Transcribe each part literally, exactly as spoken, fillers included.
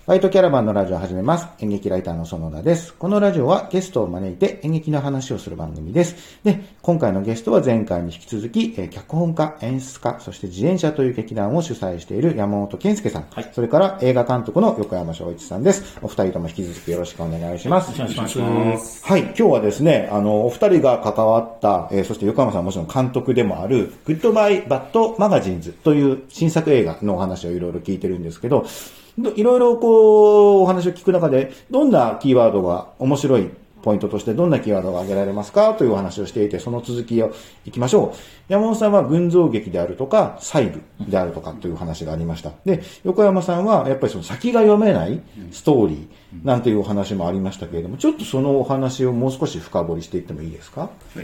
ファイトキャラバンのラジオを始めます。演劇ライターの園田です。このラジオはゲストを招いて演劇の話をする番組です。で、今回のゲストは前回に引き続き、えー、脚本家、演出家、そして自演者という劇団を主催している山本健介さん、はい、それから映画監督の横山翔一さんです。お二人とも引き続きよろしくお願いします。 よろしくお願いします。 はい、今日はですね、あの、お二人が関わった、えー、そして横山さんはもちろん監督でもある、グッドバイバッドマガジンズという新作映画のお話をいろいろ聞いてるんですけど、いろいろこうお話を聞く中でどんなキーワードが面白いポイントとしてどんなキーワードが挙げられますかというお話をしていて、その続きをいきましょう。山本さんは群像劇であるとか細部であるとかという話がありました。で、横山さんはやっぱりその先が読めないストーリーなんていうお話もありましたけれども、ちょっとそのお話をもう少し深掘りしていってもいいですか？はい。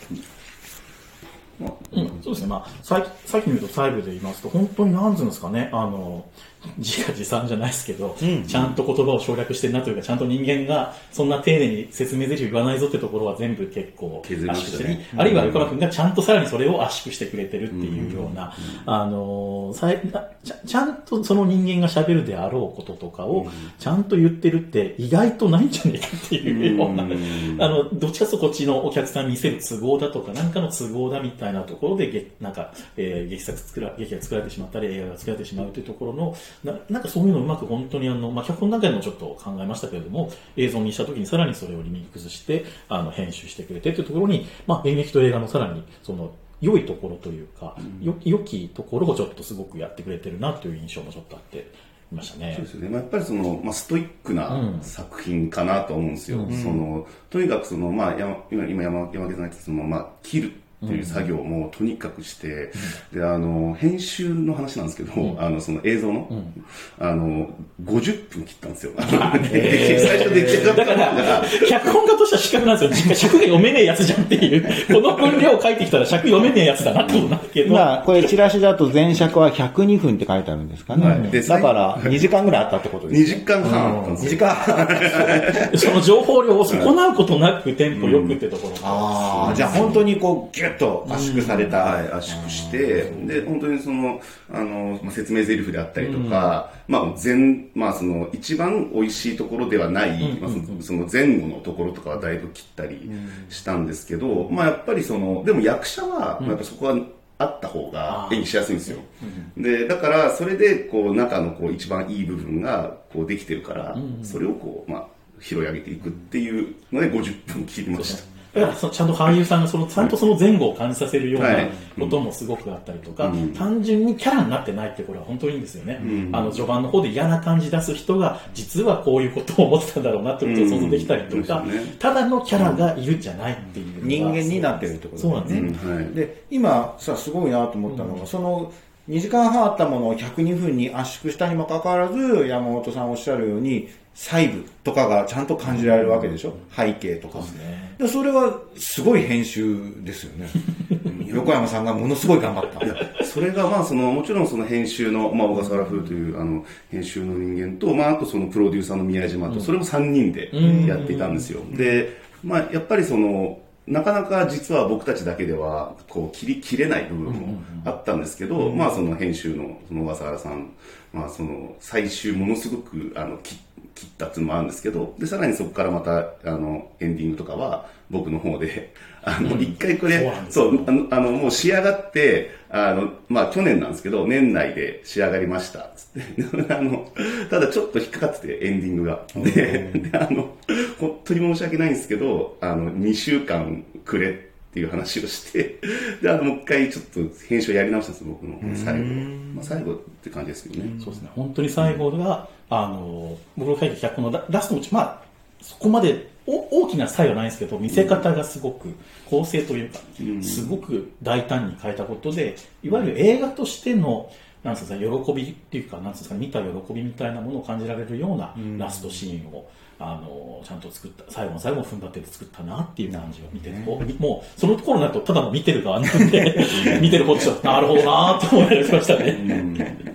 まあうん、そうですね。まあ、さっき、さっき見ると細部で言いますと、本当に何ていうんですかね、あの、自画自賛じゃないですけど、うん、ちゃんと言葉を省略してるなというか、ちゃんと人間がそんな丁寧に説明台詞言わないぞってところは全部結構圧縮してる、ね、あるいは横山君がちゃんとさらにそれを圧縮してくれてるっていうような、うん、あのさちゃ、ちゃんとその人間が喋るであろうこととかをちゃんと言ってるって意外とないんじゃないかっていうような、うん、あの、どっちかというとこっちのお客さんに見せる都合だとか、なんかの都合だみたいなところで、なんか、えー、劇作作ら、劇が作られてしまったり、映画が作られてしまうというところの、な, なんかそういうのをうまく本当にあの、まあ、脚本の中でもちょっと考えましたけれども、映像にした時にさらにそれをリミックスして、あの、編集してくれてというところに、まあ、演劇と映画のさらに、その、良いところというか、うん、よ良きところをちょっとすごくやってくれてるなという印象もちょっとあって、いましたね。 そうですよね。まあ、やっぱりその、まあ、ストイックな作品かなと思うんですよ。うん、その、とにかくその、まあ、今、今山、山家さんが言ったその、まあ、切る。っていう作業もとにかくして、うん、であの編集の話なんですけど、うん、あのその映像の、うん、あのごじゅっぷん切ったんですよ。 えー、最初出来上がっただから脚本家としては失格なんですよ。尺が読めねえやつじゃんっていうこの分量を書いてきたら尺読めねえやつだなってことなんだけど、 まあこれチラシだと前尺はひゃくにふんって書いてあるんですかね。はい、でだからにじかんぐらいあったってことですね。 にじかんはんあったんですよ。にじかんはんその情報量を損なうことなくテンポよくってところ、うん、 ああじゃあ本当にこうギュッと圧縮された、 はい、圧縮して、で、本当にその、あの、まあ、説明台詞であったりとか、うん、まあ、全、まあ、その、一番美味しいところではない、うんまあ、その前後のところとかはだいぶ切ったりしたんですけど、うん、まあ、やっぱりその、でも役者は、まあ、やっぱそこはあった方が演技しやすいんですよ。うん、で、だから、それで、こう、中のこう、一番いい部分が、こう、できてるから、うん、それをこう、まあ、拾い上げていくっていうので、ごじゅっぷん切りました。 だからそのちゃんと俳優さんがそのちゃんとその前後を感じさせるようなこともすごくあったりとか、はいうん、単純にキャラになってないってこれは本当にいいんですよね、うん、あの序盤の方で嫌な感じ出す人が実はこういうことを思ってたんだろうなってことを想像できたりとか、うんね、ただのキャラがいるんじゃないっていう、 人間になってるってことですね。そうなんですね、うんはい、で今さすごいなと思ったのが、うん、そのにじかんはんあったものをひゃくにふんに圧縮したにもかかわらず山本さんおっしゃるように細部とかがちゃんと感じられるわけでしょ、うん、背景とか、ね、でそれはすごい編集ですよね横山さんがものすごい頑張ったそれがまあそのもちろんその編集の、まあ、小笠原風というあの編集の人間と、まあ、あとそのプロデューサーの宮島と、それもさんにんでやっていたんですよ、うん、で、まあ、やっぱりそのなかなか実は僕たちだけではこう切り切れない部分もあったんですけど、うんうん、まあその編集のその小笠原さん、まあその最終ものすごくあの切切ったっていうのもあるんですけど、でさらにそこからまたあのエンディングとかは僕の方であの一回これ、うん、そうあのあのもう仕上がってあのまあ去年なんですけど年内で仕上がりましたつってあのただちょっと引っかかっててエンディングがで、であの本当に申し訳ないんですけどあのにしゅうかんくれっていう話をしてであのもう一回ちょっと編集をやり直したんです僕の最後、まあ、最後って感じですけどね。 そうですね本当に最後が、うん、あの僕の書いた脚本のラストのうちまあそこまで大きな差異はないんですけど見せ方がすごく構成というか、うん、すごく大胆に変えたことでいわゆる映画としてのなんですか喜びっていうかなんですか見た喜びみたいなものを感じられるようなラストシーンを、うん、あのちゃんと作った最後の最後も踏ん張って作ったなっていう感じを見て、ね、もうその頃になるとただの見てる側なんで見てるこっちはなるほどなと思いましたね。うん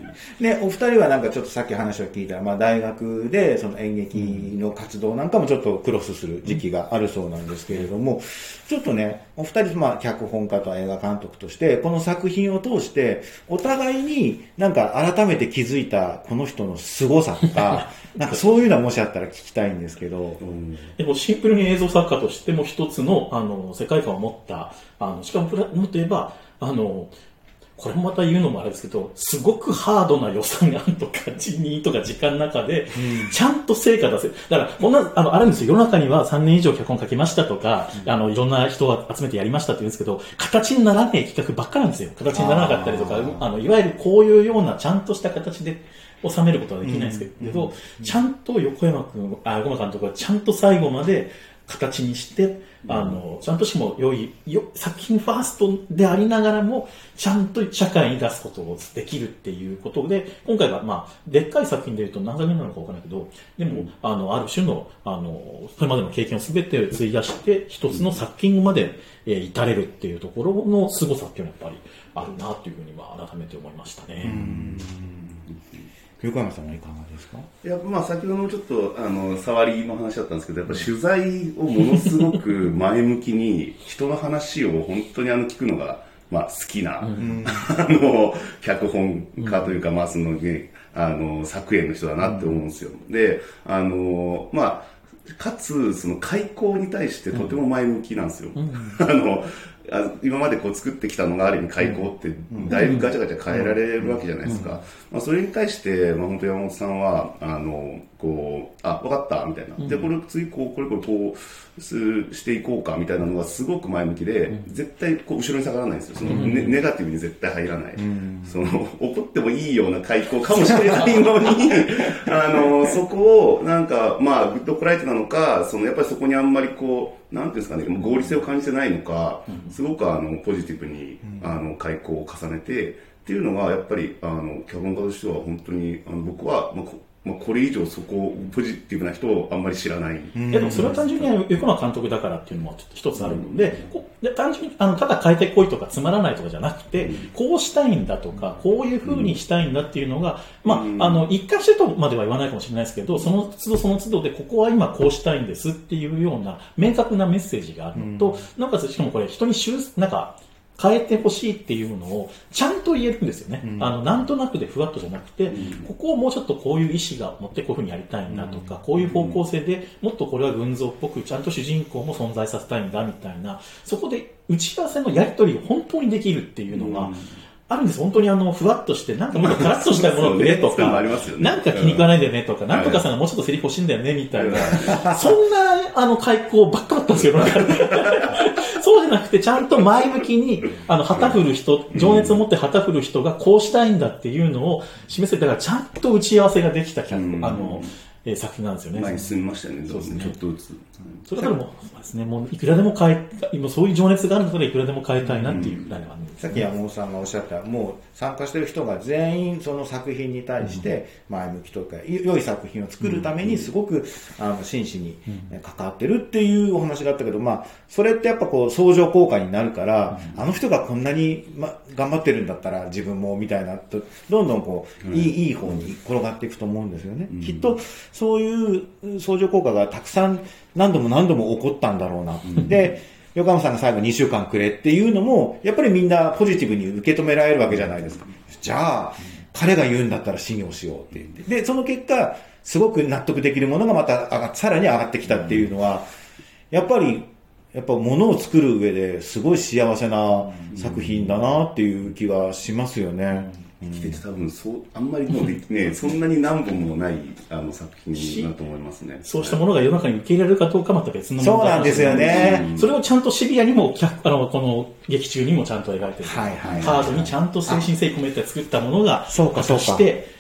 で、お二人はなんかちょっとさっき話を聞いたら、まあ大学でその演劇の活動なんかもちょっとクロスする時期があるそうなんですけれども、ちょっとね、お二人、まあ脚本家と映画監督として、この作品を通して、お互いになんか改めて気づいたこの人の凄さとか、なんかそういうのはもしあったら聞きたいんですけど。 うん、でもシンプルに映像作家としても一つの、あの、世界観を持った、あの、しかももっと言えば、あの、これもまた言うのもあれですけど、すごくハードな予算案とか人員とか時間の中で、ちゃんと成果出せる。だから、こんな、あの、あるんですよ。世の中にはさんねん以上脚本書きましたとか、うん、あの、いろんな人を集めてやりましたって言うんですけど、形にならない企画ばっかなんですよ。形にならなかったりとか、あの、いわゆるこういうようなちゃんとした形で収めることはできないんですけど、うんうん、ちゃんと横山君、あ、横山監督はちゃんと最後まで形にして、あの、ちゃんとしも良い、よ、作品ファーストでありながらも、ちゃんと社会に出すことをできるっていうことで、今回はまあ、でっかい作品で言うと何作品なのかわからないけど、でも、あの、ある種の、あの、それまでの経験を全て費やして、一つの作品まで、えー、至れるっていうところの凄さっていうのはやっぱりあるなっていうふうには改めて思いましたね。うん横山さんはいかがですか？ いや、まあ先ほどもちょっとあの触りの話だったんですけど、やっぱ取材をものすごく前向きに人の話を本当にあの聞くのがまあ好きな、うん、あの脚本家というか、うん、まあそのねあの作演の人だなって思うんですよ。うん、で、あのまあかつその開講に対してとても前向きなんですよ。うん、あのあ今までこう作ってきたのがある意味開講ってだいぶガチャガチャ変えられるわけじゃないですか。まあ、それに対して、まあ、本当山本さんはあのこうあ分かったみたいな、でこれ次こうこれこれこうしていこうかみたいなのがすごく前向きで、絶対こう後ろに下がらないんですよ。その ネ, ネガティブに絶対入らない。その怒ってもいいような開講かもしれないのにあのそこをなんかまあグッドプライトなのか、そのやっぱりそこにあんまりこうなんていうんですかね、合理性を感じてないのか、すごくあのポジティブにあの開講を重ねてっていうのがやっぱりあの脚本家としては本当にあの僕は、まあまあ、これ以上そこをポジティブな人をあんまり知らない。 いやでもそれは単純に横山監督だからっていうのもちょっと一つあるので、うん、で単純にあのただ変えてこいとかつまらないとかじゃなくて、うん、こうしたいんだとかこういう風にしたいんだっていうのが、うん、まああの一貫してとまでは言わないかもしれないですけど、その都度その都度でここは今こうしたいんですっていうような明確なメッセージがあるのと、うん、なおかつしかもこれ人に修なんか変えてほしいっていうのをちゃんと言えるんですよね。うん、あの、なんとなくでふわっとじゃなくて、うん、ここをもうちょっとこういう意思が持ってこういうふうにやりたいんだとか、うん、こういう方向性でもっとこれは群像っぽくちゃんと主人公も存在させたいんだみたいな、そこで打ち合わせのやり取りを本当にできるっていうのが、うんあるんです。本当にあの、ふわっとして、なんかもっとカラッとしたものくれとか、なんか気に食わないんだよねとか、なんとかさんがもうちょっとセリフ欲しいんだよねみたいな、そんな、あの、開口ばっかだったんですよ、そうじゃなくて、ちゃんと前向きに、あの、旗振る人、情熱を持って旗振る人がこうしたいんだっていうのを示せたから、ちゃんと打ち合わせができたキャラ、あの、えー、作品なんですよね。 前に進みましたよね。そうですね。ちょっとずつ。 それからもう、そうですね。もういくらでも変え、今そういう情熱があるんだったらいくらでも変えたいなっていうぐらいはあるんです、ね。 さっき山本さんがおっしゃった、もう参加してる人が全員その作品に対して前向きとか、良い作品を作るためにすごく、あの真摯に関わってるっていうお話があったけど、まあ、それってやっぱこう相乗効果になるから、あの人がこんなに、ま、頑張ってるんだったら自分もみたいなと、どんどんこう、いい、いい方に転がっていくと思うんですよね。きっとそういう相乗効果がたくさん何度も何度も起こったんだろうな。うん、で、横浜さんが最後にしゅうかんくれっていうのも、やっぱりみんなポジティブに受け止められるわけじゃないですか。じゃあ、彼が言うんだったら信用しようって言って。で、その結果、すごく納得できるものがまた上がさらに上がってきたっていうのは、やっぱり、やっぱ物を作る上ですごい幸せな作品だなっていう気がしますよね。 生きてて多分そうあんまりもうできねそんなに何本もないあの作品だと思いますね。 そうしたものが世の中に受け入れられるかどうかまた別の問題。 そうなんですよね、 うん。それをちゃんとシビアにもあのこの劇中にもちゃんと描いてる。 はいはいはいはい、 ハードにちゃんと精神性込めて作ったものが、 そうかそうか。 して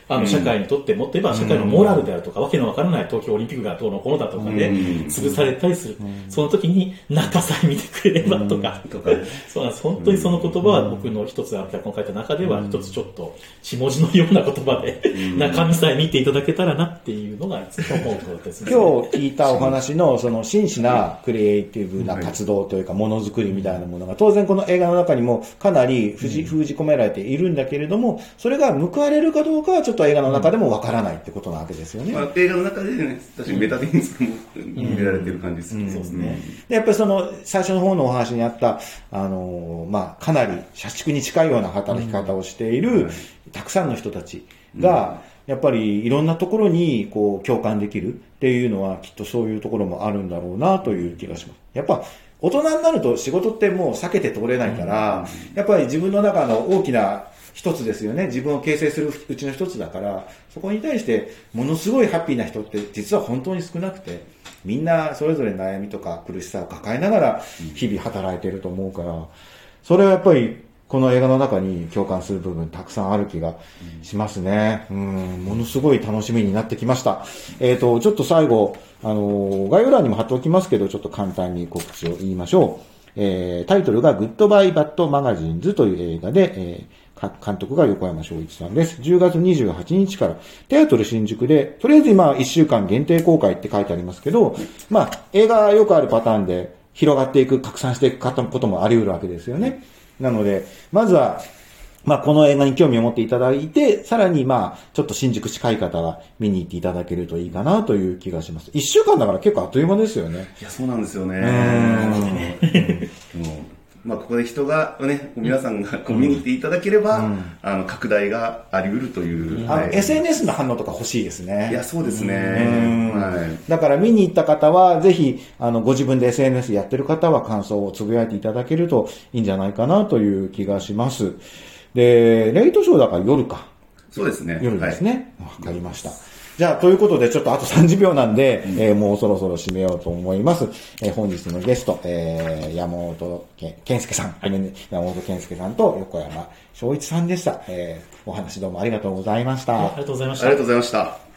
あの、社会にとってもっと言えば社会のモラルであるとか、わけのわからない東京オリンピックがどうのこうのだとかで、潰されたりする。その時に、中さえ見てくれればとか、そうなんです。本当にその言葉は僕の一つあった今書いた中では、一つちょっと、血文字のような言葉で、中身さえ見ていただけたらなっていうのが、いつも思うことですね。 今日聞いたお話の、その、真摯なクリエイティブな活動というか、ものづくりみたいなものが、当然この映画の中にもかなり封じ込められているんだけれども、それが報われるかどうかはちょっと映画の中でもわからないってことなわけですよね。 まあ、映画の中でね、確かにメタ現実も見られてる感じですけど、うんうん、そうですね。 で、やっぱりその、最初の方のお話にあった、あの、まあ、かなり社畜に近いような働き方をしている、うん、たくさんの人たちが、やっぱりいろんなところにこう共感できるっていうのはきっとそういうところもあるんだろうなという気がします。やっぱ大人になると仕事ってもう避けて通れないから、やっぱり自分の中の大きな一つですよね。自分を形成するうちの一つだから、そこに対してものすごいハッピーな人って実は本当に少なくて、みんなそれぞれ悩みとか苦しさを抱えながら日々働いていると思うから、それはやっぱりこの映画の中に共感する部分たくさんある気がしますね。うん、ものすごい楽しみになってきました。えっと、ちょっと最後、あの、概要欄にも貼っておきますけど、ちょっと簡単に告知を言いましょう。えー、タイトルがグッドバイバッドマガジンズという映画で、えー、監督が横山翔一さんです。じゅうがつにじゅうはちにちからテアトル新宿で、とりあえず今いっしゅうかん限定公開って書いてありますけど、まあ、映画よくあるパターンで広がっていく、拡散していくこともあり得るわけですよね。なので、まずは、まあ、この映画に興味を持っていただいて、さらにまあ、ちょっと新宿近い方は見に行っていただけるといいかなという気がします。一週間だから結構あっという間ですよね。 いや、そうなんですよね。うん。まあ、ここで人がね、皆さんがこう見に来ていただければ、うん、あの、拡大があり得るという。 あの、はい、エスエヌエス の反応とか欲しいですね。 いや、そうですね。 はい。だから見に行った方は、ぜひ、あの、ご自分で エスエヌエス やってる方は感想をつぶやいていただけるといいんじゃないかなという気がします。で、レイトショーだから夜か。 そうですね。 夜ですね。わ、はい、かりました。じゃあ、ということで、ちょっとあとさんじゅうびょうなんで、うん、えー、もうそろそろ締めようと思います。えー、本日のゲスト、えー、山本健介さん、はい、山本健介さんと横山翔一さんでした。えー、お話どうもありがとうございました。 ありがとうございました。 ありがとうございました。